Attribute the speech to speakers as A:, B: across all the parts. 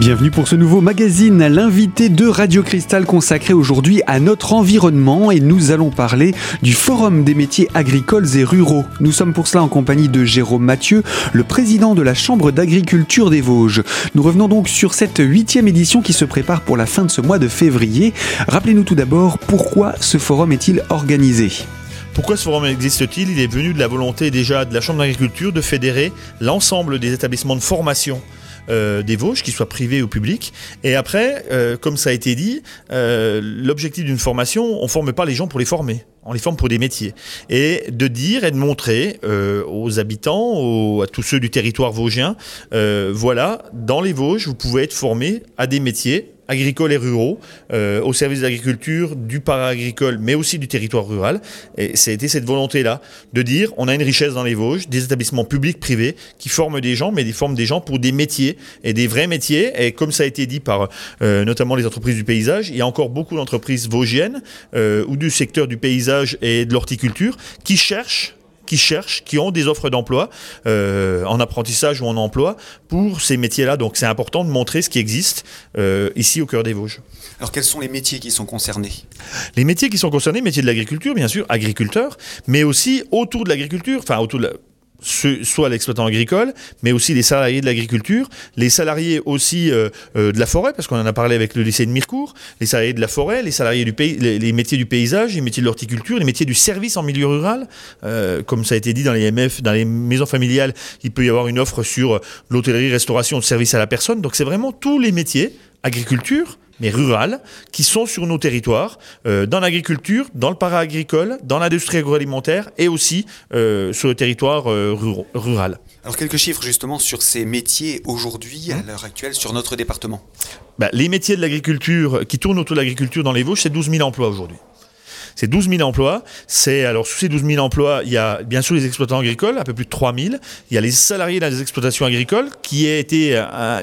A: Bienvenue pour ce nouveau magazine, l'invité de Radio Cristal consacré aujourd'hui à notre environnement et nous allons parler du Forum des métiers agricoles et ruraux. Nous sommes pour cela en compagnie de Jérôme Mathieu, le président de la Chambre d'agriculture des Vosges. Nous revenons donc sur cette 8e édition qui se prépare pour la fin de ce mois de février. Rappelez-nous tout d'abord pourquoi ce forum est-il organisé ?
B: Pourquoi ce forum existe-t-il ? Il est venu de la volonté déjà de la Chambre d'agriculture de fédérer l'ensemble des établissements de formation des Vosges, qu'ils soient privés ou publics. Et après, comme ça a été dit, l'objectif d'une formation, on ne forme pas les gens pour les former. On les forme pour des métiers. Et de dire et de montrer aux habitants, à tous ceux du territoire vosgien, voilà, dans les Vosges, vous pouvez être formés à des métiers agricoles et ruraux, au service de l'agriculture, du para-agricole, mais aussi du territoire rural. Et c'était cette volonté-là de dire, on a une richesse dans les Vosges, des établissements publics, privés, qui forment des gens, mais ils forment des gens pour des métiers, et des vrais métiers. Et comme ça a été dit par notamment les entreprises du paysage, il y a encore beaucoup d'entreprises vosgiennes, ou du secteur du paysage et de l'horticulture, qui ont des offres d'emploi en apprentissage ou en emploi pour ces métiers-là. Donc c'est important de montrer ce qui existe ici au cœur des Vosges.
C: Alors quels sont les métiers qui sont concernés ?
B: Les métiers qui sont concernés, métiers de l'agriculture, bien sûr, agriculteurs, mais aussi autour de l'agriculture, soit l'exploitant agricole, mais aussi les salariés de l'agriculture, les salariés aussi de la forêt, parce qu'on en a parlé avec le lycée de Mirecourt, les salariés de la forêt, les salariés du pays, les métiers du paysage, les métiers de l'horticulture, les métiers du service en milieu rural, comme ça a été dit dans les MF, dans les maisons familiales, il peut y avoir une offre sur l'hôtellerie, restauration, de service à la personne. Donc c'est vraiment tous les métiers, agriculture, mais rurales, qui sont sur nos territoires, dans l'agriculture, dans le para-agricole, dans l'industrie agroalimentaire et aussi sur le territoire rural.
C: Alors quelques chiffres justement sur ces métiers aujourd'hui, à l'heure actuelle, sur notre département.
B: Les métiers de l'agriculture qui tournent autour de l'agriculture dans les Vosges, c'est 12 000 emplois aujourd'hui. C'est 12 000 emplois. Sous ces 12 000 emplois, il y a bien sûr les exploitants agricoles, un peu plus de 3 000. Il y a les salariés dans les exploitations agricoles qui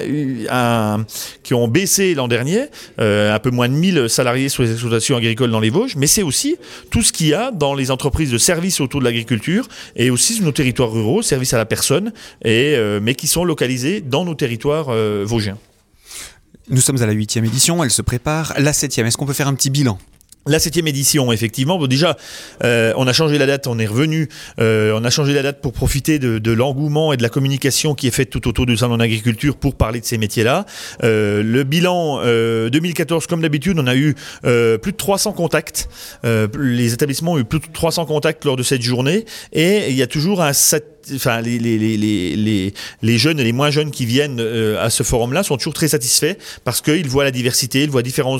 B: ont baissé l'an dernier, un peu moins de 1000 salariés sur les exploitations agricoles dans les Vosges. Mais c'est aussi tout ce qu'il y a dans les entreprises de services autour de l'agriculture et aussi sur nos territoires ruraux, services à la personne, mais qui sont localisés dans nos territoires vosgiens.
C: Nous sommes à la 8e édition, elle se prépare. La 7e, est-ce qu'on peut faire un petit bilan ?
B: La 7e édition, effectivement. Bon, déjà, on a changé la date, on est revenu. On a changé la date pour profiter de l'engouement et de la communication qui est faite tout autour du salon d'agriculture pour parler de ces métiers-là. Le bilan 2014, comme d'habitude, on a eu plus de 300 contacts. Les établissements ont eu plus de 300 contacts lors de cette journée. Et il y a toujours les jeunes et les moins jeunes qui viennent à ce forum-là sont toujours très satisfaits parce qu'ils voient la diversité, ils voient différents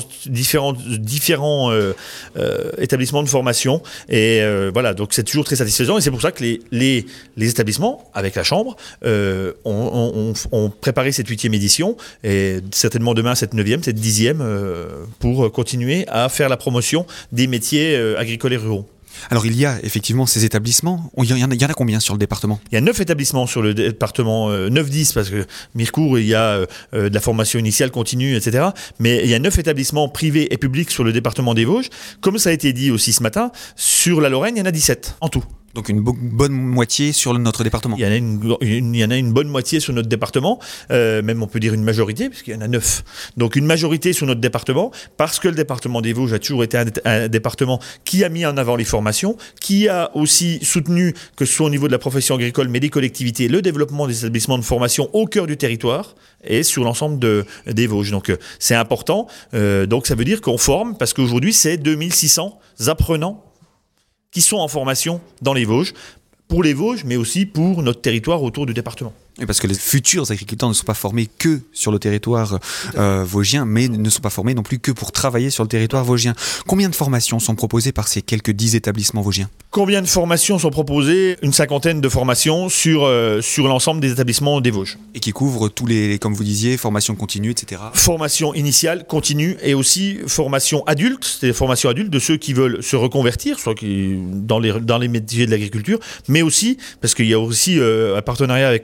B: établissements de formation et voilà, donc c'est toujours très satisfaisant et c'est pour ça que les établissements avec la Chambre ont préparé cette 8e édition et certainement demain cette 9e, cette 10e pour continuer à faire la promotion des métiers agricoles et ruraux.
C: Alors il y a effectivement ces établissements, il y en a combien sur le département ?
B: Il y a 9 établissements sur le département, 9-10 parce que Mirecourt il y a de la formation initiale continue, etc. Mais il y a 9 établissements privés et publics sur le département des Vosges. Comme ça a été dit aussi ce matin, sur la Lorraine il y en a 17 en tout.
C: Donc une bonne moitié sur notre département.
B: Il y en a une bonne moitié sur notre département, même on peut dire une majorité, puisqu'il y en a 9. Donc une majorité sur notre département, parce que le département des Vosges a toujours été un département qui a mis en avant les formations, qui a aussi soutenu, que ce soit au niveau de la profession agricole, mais des collectivités, le développement des établissements de formation au cœur du territoire et sur l'ensemble des Vosges. Donc c'est important. Donc ça veut dire qu'on forme, parce qu'aujourd'hui c'est 2600 apprenants qui sont en formation dans les Vosges, pour les Vosges, mais aussi pour notre territoire autour du département.
C: Et parce que les futurs agriculteurs ne sont pas formés que sur le territoire vosgien, mais ne sont pas formés non plus que pour travailler sur le territoire vosgien. Combien de formations sont proposées par ces quelques 10 établissements vosgiens ?
B: Combien de formations sont proposées ? Une 50aine de formations sur l'ensemble des établissements des Vosges.
C: Et qui couvrent tous les, comme vous disiez, formations continues, etc.
B: Formation initiale, continue, et aussi formation adulte, c'est-à-dire formation adulte de ceux qui veulent se reconvertir, soit dans les métiers de l'agriculture, mais aussi, parce qu'il y a aussi un partenariat avec Pôle emploi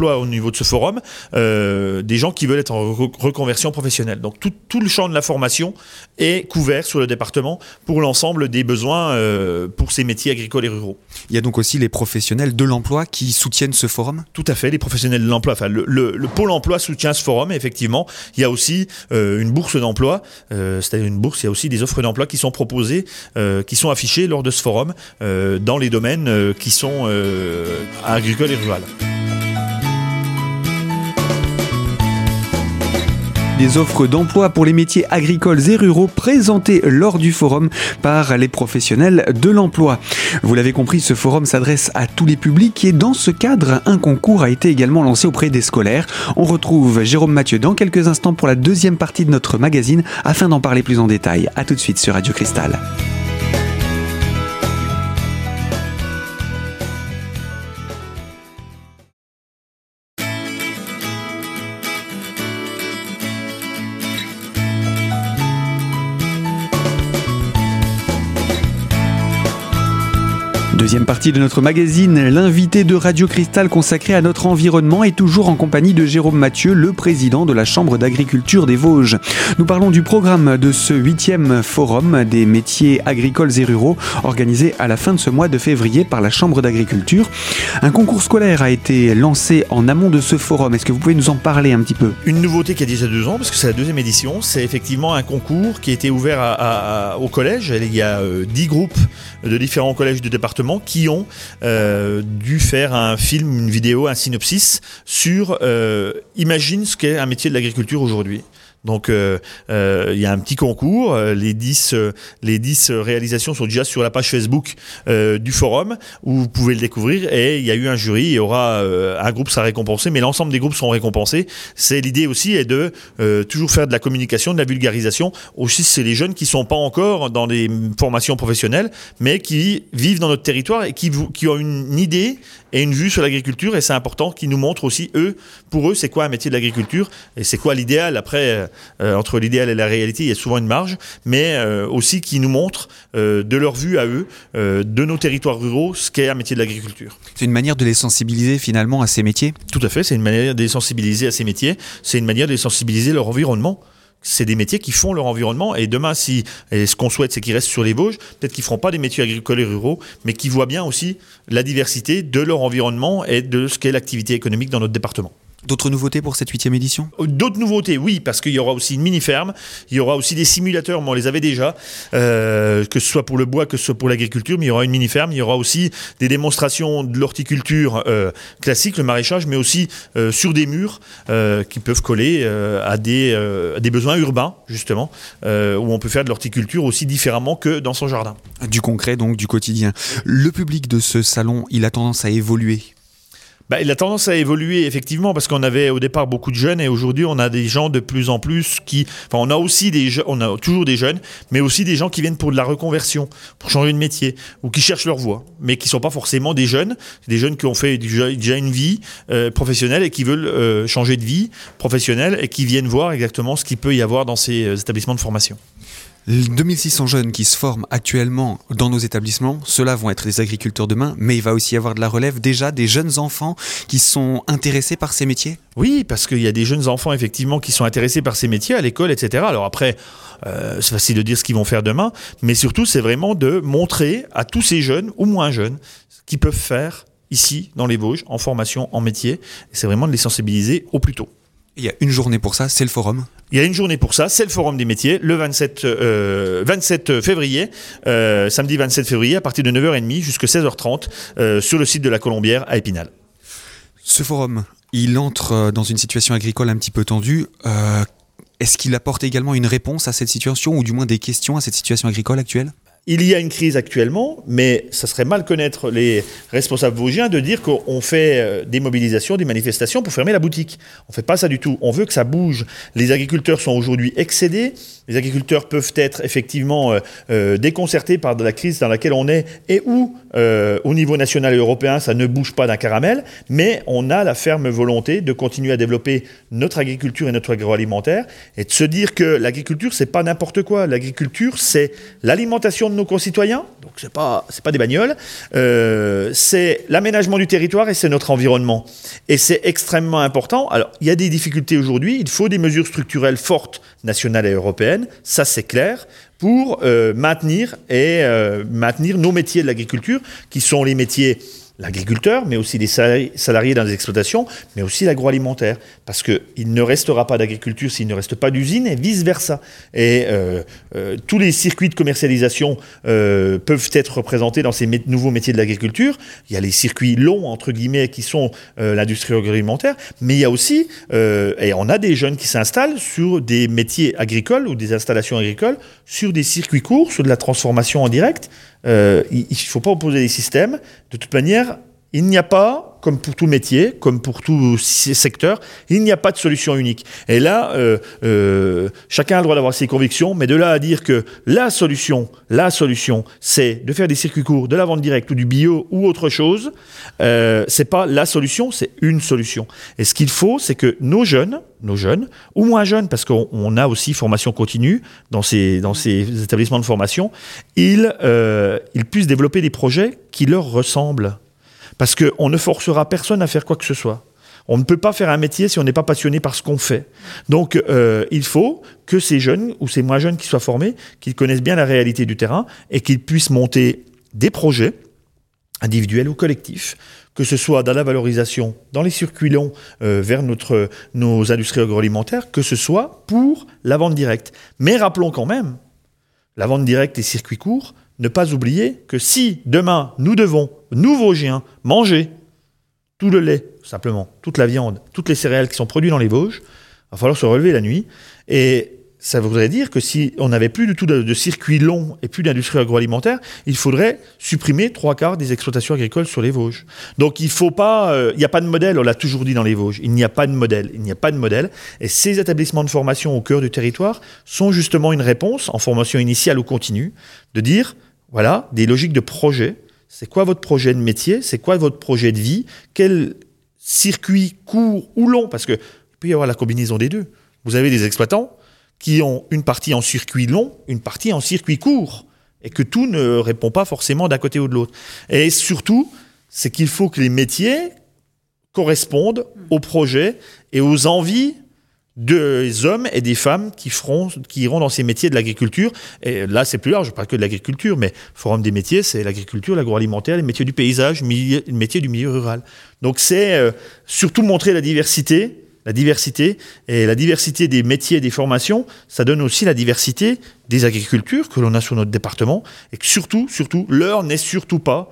B: emploi au niveau de ce forum des gens qui veulent être en reconversion professionnelle. Donc tout le champ de la formation est couvert sur le département pour l'ensemble des besoins pour ces métiers agricoles et ruraux.
C: Il y a donc aussi les professionnels de l'emploi qui soutiennent ce forum ?
B: Tout à fait, les professionnels de l'emploi, enfin le pôle emploi soutient ce forum, et effectivement, il y a aussi une bourse d'emploi, c'est-à-dire une bourse, il y a aussi des offres d'emploi qui sont proposées, qui sont affichées lors de ce forum dans les domaines qui sont agricoles et ruraux.
A: Des offres d'emploi pour les métiers agricoles et ruraux présentées lors du forum par les professionnels de l'emploi. Vous l'avez compris, ce forum s'adresse à tous les publics et dans ce cadre, un concours a été également lancé auprès des scolaires. On retrouve Jérôme Mathieu dans quelques instants pour la deuxième partie de notre magazine afin d'en parler plus en détail. À tout de suite sur Radio Cristal. Deuxième partie de notre magazine, l'invité de Radio Cristal consacré à notre environnement est toujours en compagnie de Jérôme Mathieu, le président de la Chambre d'agriculture des Vosges. Nous parlons du programme de ce 8e forum des métiers agricoles et ruraux organisé à la fin de ce mois de février par la Chambre d'agriculture. Un concours scolaire a été lancé en amont de ce forum. Est-ce que vous pouvez nous en parler un petit peu ?
B: Une nouveauté qui a déjà 2 ans, parce que c'est la 2e édition, c'est effectivement un concours qui a été ouvert au collège. Il y a 10 groupes de différents collèges du département qui ont dû faire un film, une vidéo, un synopsis sur imagine ce qu'est un métier de l'agriculture aujourd'hui. Donc il y a un petit concours, les 10 réalisations sont déjà sur la page Facebook du forum où vous pouvez le découvrir, et il y a eu un jury, il y aura un groupe sera récompensé, mais l'ensemble des groupes sont récompensés. C'est l'idée aussi est de toujours faire de la communication, de la vulgarisation. Aussi, c'est les jeunes qui sont pas encore dans des formations professionnelles, mais qui vivent dans notre territoire et qui ont une idée et une vue sur l'agriculture, et c'est important qu'ils nous montrent aussi, pour eux, c'est quoi un métier de l'agriculture et c'est quoi l'idéal. Après, entre l'idéal et la réalité, il y a souvent une marge, mais aussi qu'ils nous montrent de leur vue à eux, de nos territoires ruraux, ce qu'est un métier de l'agriculture.
C: C'est une manière de les sensibiliser finalement à ces métiers ?
B: Tout à fait, c'est une manière de les sensibiliser à ces métiers, c'est une manière de les sensibiliser à leur environnement. C'est des métiers qui font leur environnement, et demain, et ce qu'on souhaite, c'est qu'ils restent sur les Vosges, peut-être qu'ils ne feront pas des métiers agricoles et ruraux, mais qu'ils voient bien aussi la diversité de leur environnement et de ce qu'est l'activité économique dans notre département.
C: D'autres nouveautés pour cette 8e édition ?
B: D'autres nouveautés, oui, parce qu'il y aura aussi une mini-ferme, il y aura aussi des simulateurs, mais on les avait déjà, que ce soit pour le bois, que ce soit pour l'agriculture, mais il y aura une mini-ferme, il y aura aussi des démonstrations de l'horticulture classique, le maraîchage, mais aussi sur des murs qui peuvent coller à des besoins urbains, justement, où on peut faire de l'horticulture aussi différemment que dans son jardin.
C: Du concret, donc du quotidien. Le public de ce salon, il a tendance à évoluer ?
B: Il a tendance à évoluer effectivement, parce qu'on avait au départ beaucoup de jeunes, et aujourd'hui on a des gens de plus en plus on a toujours des jeunes, mais aussi des gens qui viennent pour de la reconversion, pour changer de métier, ou qui cherchent leur voie, mais qui sont pas forcément des jeunes qui ont fait déjà une vie professionnelle et qui veulent changer de vie professionnelle et qui viennent voir exactement ce qu'il peut y avoir dans ces établissements de formation.
C: 2600 jeunes qui se forment actuellement dans nos établissements, ceux-là vont être des agriculteurs demain, mais il va aussi y avoir de la relève, déjà des jeunes enfants qui sont intéressés par ces métiers ?
B: Oui, parce qu'il y a des jeunes enfants effectivement qui sont intéressés par ces métiers à l'école, etc. Alors après, c'est facile de dire ce qu'ils vont faire demain, mais surtout c'est vraiment de montrer à tous ces jeunes ou moins jeunes ce qu'ils peuvent faire ici dans les Vosges, en formation, en métier. Et c'est vraiment de les sensibiliser au plus tôt.
C: Il y a une journée pour ça, c'est le forum ?
B: Il y a une journée pour ça, c'est le forum des métiers, le 27 février, samedi 27 février, à partir de 9h30 jusqu'à 16h30, sur le site de la Colombière à Épinal.
C: Ce forum, il entre dans une situation agricole un petit peu tendue. Est-ce qu'il apporte également une réponse à cette situation, ou du moins des questions à cette situation agricole actuelle ?
B: Il y a une crise actuellement, mais ça serait mal connaître les responsables vosgiens de dire qu'on fait des mobilisations, des manifestations pour fermer la boutique. On ne fait pas ça du tout. On veut que ça bouge. Les agriculteurs sont aujourd'hui excédés. Les agriculteurs peuvent être effectivement déconcertés par la crise dans laquelle on est, et où, au niveau national et européen, ça ne bouge pas d'un caramel, mais on a la ferme volonté de continuer à développer notre agriculture et notre agroalimentaire, et de se dire que l'agriculture, c'est pas n'importe quoi. L'agriculture, c'est l'alimentation de de nos concitoyens, donc c'est pas des bagnoles, c'est l'aménagement du territoire et c'est notre environnement. Et c'est extrêmement important. Alors, il y a des difficultés aujourd'hui, il faut des mesures structurelles fortes, nationales et européennes, ça c'est clair, pour maintenir nos métiers de l'agriculture, qui sont les métiers l'agriculteur, mais aussi les salariés dans les exploitations, mais aussi l'agroalimentaire. Parce qu'il ne restera pas d'agriculture s'il ne reste pas d'usine, et vice-versa. Et tous les circuits de commercialisation peuvent être représentés dans ces nouveaux métiers de l'agriculture. Il y a les circuits longs, entre guillemets, qui sont l'industrie agroalimentaire, mais il y a aussi, et on a des jeunes qui s'installent sur des métiers agricoles ou des installations agricoles, sur des circuits courts, sur de la transformation en direct. Il ne faut pas opposer les systèmes. De toute manière, il n'y a pas, comme pour tout métier, comme pour tout secteur, il n'y a pas de solution unique. Et là, chacun a le droit d'avoir ses convictions, mais de là à dire que la solution, c'est de faire des circuits courts, de la vente directe ou du bio ou autre chose, c'est pas la solution, c'est une solution. Et ce qu'il faut, c'est que nos jeunes, ou moins jeunes, parce qu'on a aussi formation continue dans ces établissements de formation, ils puissent développer des projets qui leur ressemblent. Parce qu'on ne forcera personne à faire quoi que ce soit. On ne peut pas faire un métier si on n'est pas passionné par ce qu'on fait. Donc, il faut que ces jeunes, ou ces moins jeunes qui soient formés, qu'ils connaissent bien la réalité du terrain et qu'ils puissent monter des projets, individuels ou collectifs, que ce soit dans la valorisation, dans les circuits longs vers nos industries agroalimentaires, que ce soit pour la vente directe. Mais rappelons quand même, la vente directe et circuits courts, ne pas oublier que si demain nous devons, nous Vosgiens, manger tout le lait, simplement, toute la viande, toutes les céréales qui sont produites dans les Vosges, il va falloir se relever la nuit. Et ça voudrait dire que si on n'avait plus du tout de circuits longs et plus d'industrie agroalimentaire, il faudrait supprimer 3/4 des exploitations agricoles sur les Vosges. Donc il faut pas, il n'y a pas de modèle, on l'a toujours dit dans les Vosges, il n'y a pas de modèle. Et ces établissements de formation au cœur du territoire sont justement une réponse, en formation initiale ou continue, de dire, voilà, des logiques de projet. C'est quoi votre projet de métier? C'est quoi votre projet de vie? Quel circuit court ou long? Parce qu'il peut y avoir la combinaison des deux. Vous avez des exploitants qui ont une partie en circuit long, une partie en circuit court, et que tout ne répond pas forcément d'un côté ou de l'autre. Et surtout, c'est qu'il faut que les métiers correspondent aux projets et aux envies des hommes et des femmes qui iront dans ces métiers de l'agriculture. Et là, c'est plus large, je ne parle que de l'agriculture, mais le Forum des métiers, c'est l'agriculture, l'agroalimentaire, les métiers du paysage, les métiers du milieu rural. Donc c'est surtout montrer la diversité, et la diversité des métiers et des formations, ça donne aussi la diversité des agricultures que l'on a sur notre département, et que surtout, l'heure n'est surtout pas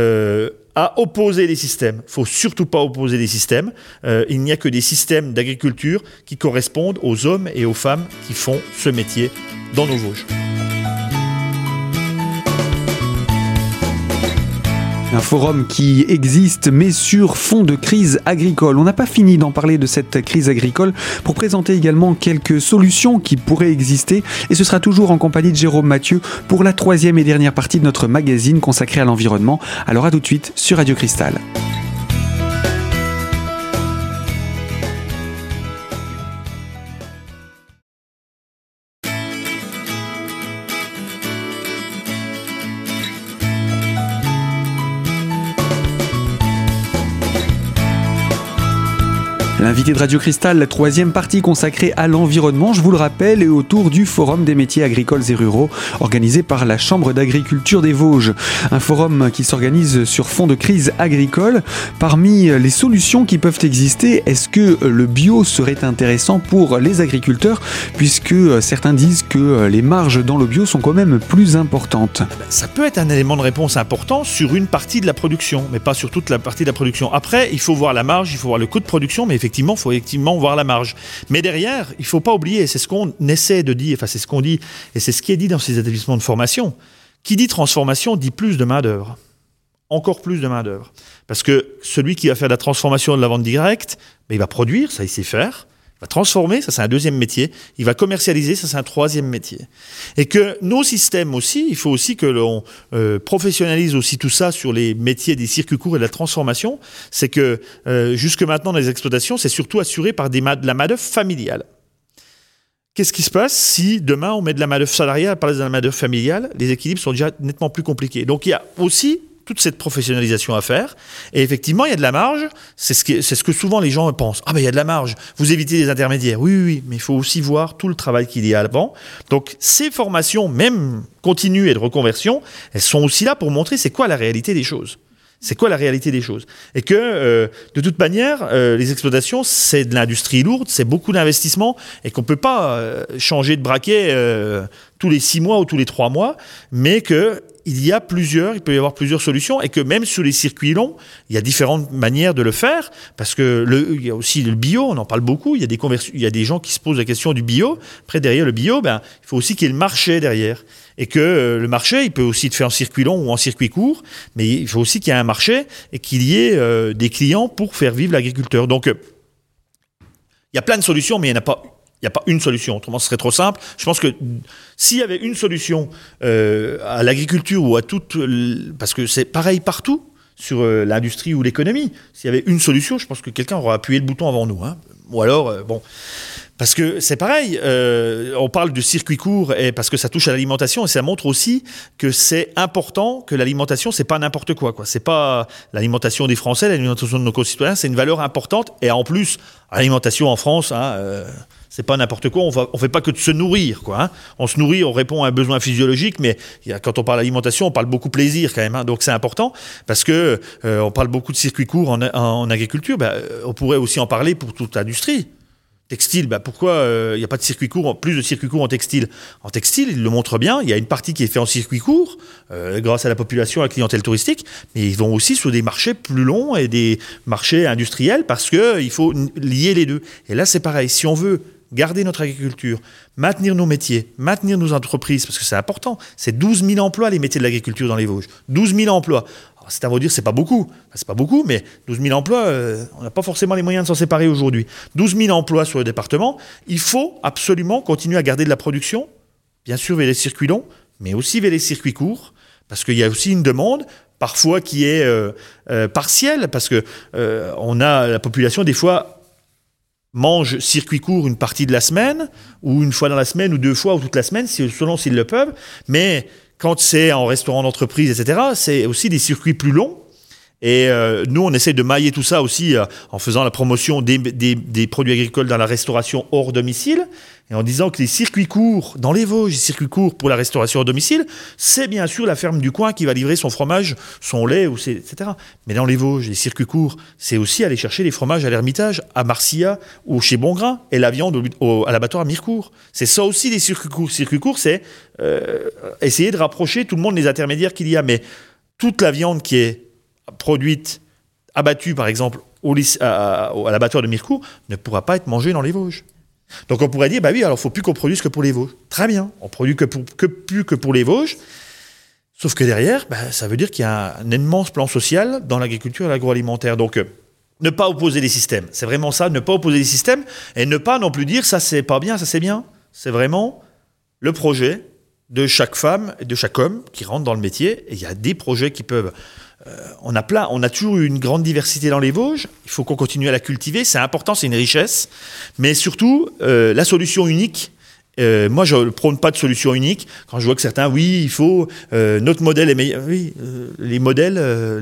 B: à opposer les systèmes. Il ne faut surtout pas opposer les systèmes. Il n'y a que des systèmes d'agriculture qui correspondent aux hommes et aux femmes qui font ce métier dans nos Vosges.
A: Un forum qui existe, mais sur fond de crise agricole. On n'a pas fini d'en parler de cette crise agricole pour présenter également quelques solutions qui pourraient exister. Et ce sera toujours en compagnie de Jérôme Mathieu pour la 3e et dernière partie de notre magazine consacré à l'environnement. Alors à tout de suite sur Radio Cristal. L'invité de Radio Cristal, la 3e partie consacrée à l'environnement, je vous le rappelle, est autour du Forum des métiers agricoles et ruraux organisé par la Chambre d'agriculture des Vosges. Un forum qui s'organise sur fond de crise agricole. Parmi les solutions qui peuvent exister, est-ce que le bio serait intéressant pour les agriculteurs, puisque certains disent que les marges dans le bio sont quand même plus importantes?
B: Ça peut être un élément de réponse important sur une partie de la production, mais pas sur toute la partie de la production. Après, il faut voir la marge, il faut voir le coût de production, mais effectivement, il faut voir la marge. Mais derrière, il ne faut pas oublier, c'est ce qu'on essaie de dire, enfin c'est ce qu'on dit, et c'est ce qui est dit dans ces établissements de formation. Qui dit transformation dit plus de main-d'œuvre. Encore plus de main-d'œuvre. Parce que celui qui va faire de la transformation de la vente directe, il va produire, ça il sait faire. Il va transformer, ça c'est un 2e métier. Il va commercialiser, ça c'est un 3e métier. Et que nos systèmes aussi, il faut aussi que l'on professionnalise aussi tout ça sur les métiers des circuits courts et de la transformation. C'est que jusque maintenant dans les exploitations, c'est surtout assuré par de la main-d'œuvre familiale. qu'est-ce qui se passe si demain on met de la main-d'œuvre salariale à place de la main-d'œuvre familiale? Les équilibres sont déjà nettement plus compliqués. Donc il y a aussi toute cette professionnalisation à faire. Et effectivement, il y a de la marge. C'est ce que souvent les gens pensent. Ah ben il y a de la marge. Vous évitez les intermédiaires. Oui. Mais il faut aussi voir tout le travail qu'il y a avant. Donc ces formations, même continues et de reconversion, elles sont aussi là pour montrer c'est quoi la réalité des choses. C'est quoi la réalité des choses? Et que, de toute manière, les exploitations, c'est de l'industrie lourde, c'est beaucoup d'investissement, et qu'on ne peut pas changer de braquet tous les 6 mois ou tous les 3 mois, mais qu'il il peut y avoir plusieurs solutions, et que même sur les circuits longs, il y a différentes manières de le faire, parce que il y a aussi le bio, on en parle beaucoup, il y a des gens qui se posent la question du bio. Après, derrière le bio, il faut aussi qu'il y ait le marché derrière. Et que le marché, il peut aussi être fait en circuit long ou en circuit court, mais il faut aussi qu'il y ait un marché et qu'il y ait des clients pour faire vivre l'agriculteur. Donc, il y a plein de solutions, mais il n'y a pas une solution. Autrement, ce serait trop simple. Je pense que s'il y avait une solution à l'agriculture ou à toute... Parce que c'est pareil partout sur l'industrie ou l'économie. S'il y avait une solution, je pense que quelqu'un aurait appuyé le bouton avant nous. Hein. Ou alors, bon... Parce que c'est pareil, on parle de circuit court et parce que ça touche à l'alimentation et ça montre aussi que c'est important que l'alimentation, c'est pas n'importe quoi. C'est pas l'alimentation des Français, l'alimentation de nos concitoyens, c'est une valeur importante. Et en plus, l'alimentation en France, c'est pas n'importe quoi. On fait pas que de se nourrir, quoi. On se nourrit, on répond à un besoin physiologique, mais quand on parle d'alimentation, on parle beaucoup plaisir quand même. Donc c'est important parce que on parle beaucoup de circuit court en agriculture. On pourrait aussi en parler pour toute l'industrie. Textile, pourquoi il n'y a pas de circuit court, plus de circuit court en textile? En textile, il le montre bien, il y a une partie qui est faite en circuit court, grâce à la population, à la clientèle touristique, mais ils vont aussi sur des marchés plus longs et des marchés industriels parce qu'il faut lier les deux. Et là, c'est pareil, si on veut garder notre agriculture, maintenir nos métiers, maintenir nos entreprises, parce que c'est important, c'est 12 000 emplois les métiers de l'agriculture dans les Vosges, 12 000 emplois. Alors, c'est à vous dire, c'est pas beaucoup, mais 12 000 emplois, on n'a pas forcément les moyens de s'en séparer aujourd'hui. 12 000 emplois sur le département, il faut absolument continuer à garder de la production, bien sûr vers les circuits longs, mais aussi vers les circuits courts, parce qu'il y a aussi une demande, parfois qui est partielle, parce que on a la population, des fois, mange circuit court une partie de la semaine, ou une fois dans la semaine, ou 2 fois, ou toute la semaine, selon s'ils le peuvent, mais quand c'est en restaurant d'entreprise, etc., c'est aussi des circuits plus longs. Et nous, on essaie de mailler tout ça aussi en faisant la promotion des produits agricoles dans la restauration hors domicile, et en disant que les circuits courts dans les Vosges, les circuits courts pour la restauration hors domicile, c'est bien sûr la ferme du coin qui va livrer son fromage, son lait, etc. Mais dans les Vosges, les circuits courts, c'est aussi aller chercher les fromages à l'Ermitage, à Marcilla ou chez Bongrain, et la viande à l'abattoir à Mirecourt. C'est ça aussi les circuits courts. Circuits courts, c'est essayer de rapprocher tout le monde des intermédiaires qu'il y a. Mais toute la viande qui est produite, abattue par exemple à l'abattoir de Mirecourt, ne pourra pas être mangée dans les Vosges. Donc on pourrait dire, oui, alors il ne faut plus qu'on produise que pour les Vosges. Très bien, on produit plus que pour les Vosges, sauf que derrière, ça veut dire qu'il y a un immense plan social dans l'agriculture et l'agroalimentaire. Donc ne pas opposer les systèmes, c'est vraiment ça, ne pas opposer les systèmes, et ne pas non plus dire, ça c'est pas bien, ça c'est bien. C'est vraiment le projet de chaque femme et de chaque homme qui rentre dans le métier, et il y a des projets qui peuvent... on a toujours eu une grande diversité dans les Vosges, il faut qu'on continue à la cultiver, c'est important, c'est une richesse, mais surtout, la solution unique, moi je ne prône pas de solution unique, quand je vois que certains, oui, il faut, notre modèle est meilleur, oui, les modèles,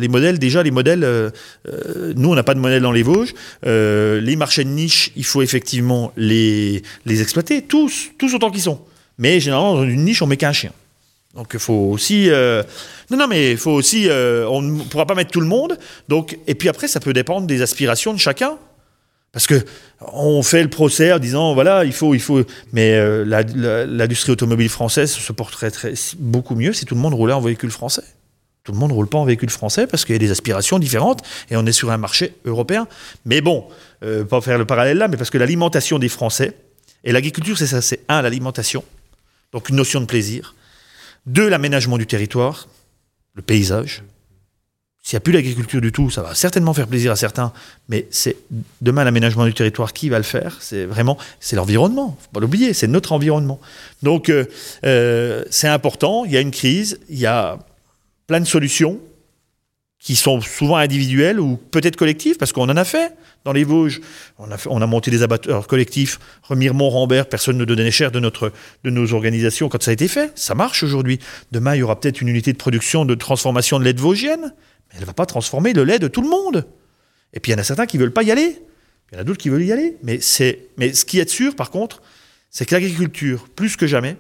B: nous on n'a pas de modèle dans les Vosges, les marchés de niche, il faut effectivement les exploiter, tous autant qu'ils sont, mais généralement dans une niche on met qu'un chien. Donc il faut aussi... il faut aussi... on ne pourra pas mettre tout le monde. Donc, et puis après, ça peut dépendre des aspirations de chacun. Parce qu'on fait le procès en disant, voilà, il faut... Mais l'industrie automobile française se porterait beaucoup mieux si tout le monde roulait en véhicule français. Tout le monde ne roule pas en véhicule français parce qu'il y a des aspirations différentes et on est sur un marché européen. Mais bon, pas faire le parallèle là, mais parce que l'alimentation des Français, et l'agriculture, c'est ça, c'est l'alimentation, donc une notion de plaisir. 2, l'aménagement du territoire, le paysage. S'il n'y a plus d'agriculture du tout, ça va certainement faire plaisir à certains, mais c'est demain l'aménagement du territoire qui va le faire. C'est l'environnement, il ne faut pas l'oublier, c'est notre environnement. Donc c'est important, il y a une crise, il y a plein de solutions. qui sont souvent individuelles ou peut-être collectives, parce qu'on en a fait dans les Vosges. On a monté des abattoirs collectifs, Remiremont, Rambert, personne ne donnait cher de nos organisations quand ça a été fait. Ça marche aujourd'hui. Demain, il y aura peut-être une unité de production, de transformation de lait de vosgienne, mais elle ne va pas transformer le lait de tout le monde. Et puis il y en a certains qui ne veulent pas y aller. Il y en a d'autres qui veulent y aller. Mais ce qui est sûr, par contre, c'est que l'agriculture, plus que jamais,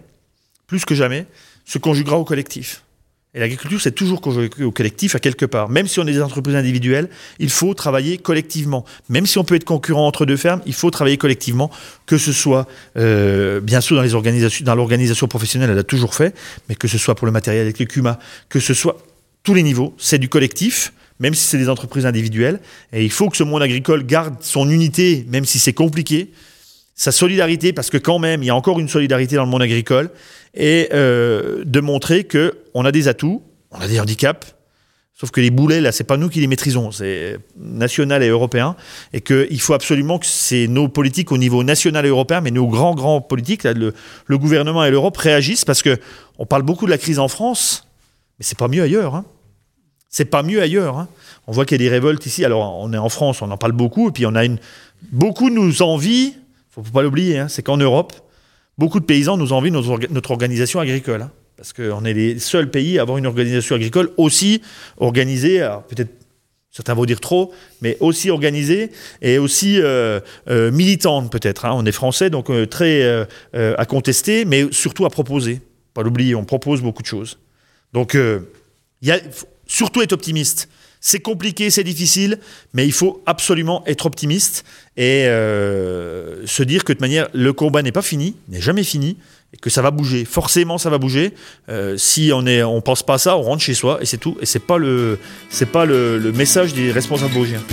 B: se conjuguera au collectif. Et l'agriculture, c'est toujours conjugué au collectif à quelque part. Même si on est des entreprises individuelles, il faut travailler collectivement. Même si on peut être concurrent entre deux fermes, il faut travailler collectivement, que ce soit, bien sûr, dans l'organisation professionnelle, elle a toujours fait, mais que ce soit pour le matériel avec les CUMA, que ce soit tous les niveaux, c'est du collectif, même si c'est des entreprises individuelles. Et il faut que ce monde agricole garde son unité, même si c'est compliqué, sa solidarité, parce que quand même, il y a encore une solidarité dans le monde agricole, et de montrer qu'on a des atouts, on a des handicaps, sauf que les boulets, là, c'est pas nous qui les maîtrisons, c'est national et européen, et qu'il faut absolument que c'est nos politiques au niveau national et européen, mais nos grands politiques, là, le gouvernement et l'Europe réagissent, parce qu'on parle beaucoup de la crise en France, mais c'est pas mieux ailleurs, hein. C'est pas mieux ailleurs, hein. On voit qu'il y a des révoltes ici, alors on est en France, on en parle beaucoup, et puis beaucoup nous envient. Il ne faut pas l'oublier, hein, c'est qu'en Europe, beaucoup de paysans nous envient notre organisation agricole. Hein, parce qu'on est les seuls pays à avoir une organisation agricole aussi organisée, alors peut-être certains vont dire trop, mais aussi organisée et aussi militante peut-être. Hein. On est français, donc très à contester, mais surtout à proposer. Pas l'oublier, on propose beaucoup de choses. Donc, faut surtout être optimiste. C'est compliqué, c'est difficile, mais il faut absolument être optimiste et se dire que de toute manière, le combat n'est pas fini, n'est jamais fini, et que ça va bouger. Forcément, ça va bouger. Si on pense pas à ça, on rentre chez soi et c'est tout. Et c'est pas le message des responsables vosgiens.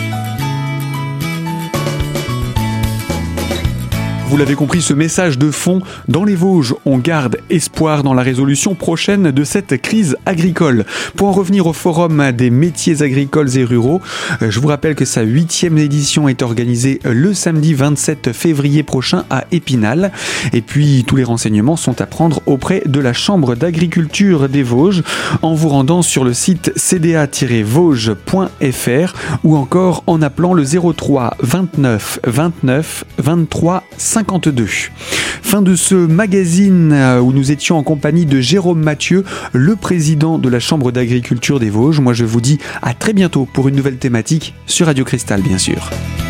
A: Vous l'avez compris, ce message de fond, dans les Vosges, on garde espoir dans la résolution prochaine de cette crise agricole. Pour en revenir au Forum des métiers agricoles et ruraux, je vous rappelle que sa 8e édition est organisée le samedi 27 février prochain à Épinal. Et puis, tous les renseignements sont à prendre auprès de la Chambre d'agriculture des Vosges en vous rendant sur le site cda-vosges.fr ou encore en appelant le 03 29 29 23 52. Fin de ce magazine où nous étions en compagnie de Jérôme Mathieu, le président de la Chambre d'agriculture des Vosges. Moi, je vous dis à très bientôt pour une nouvelle thématique sur Radio Cristal, bien sûr.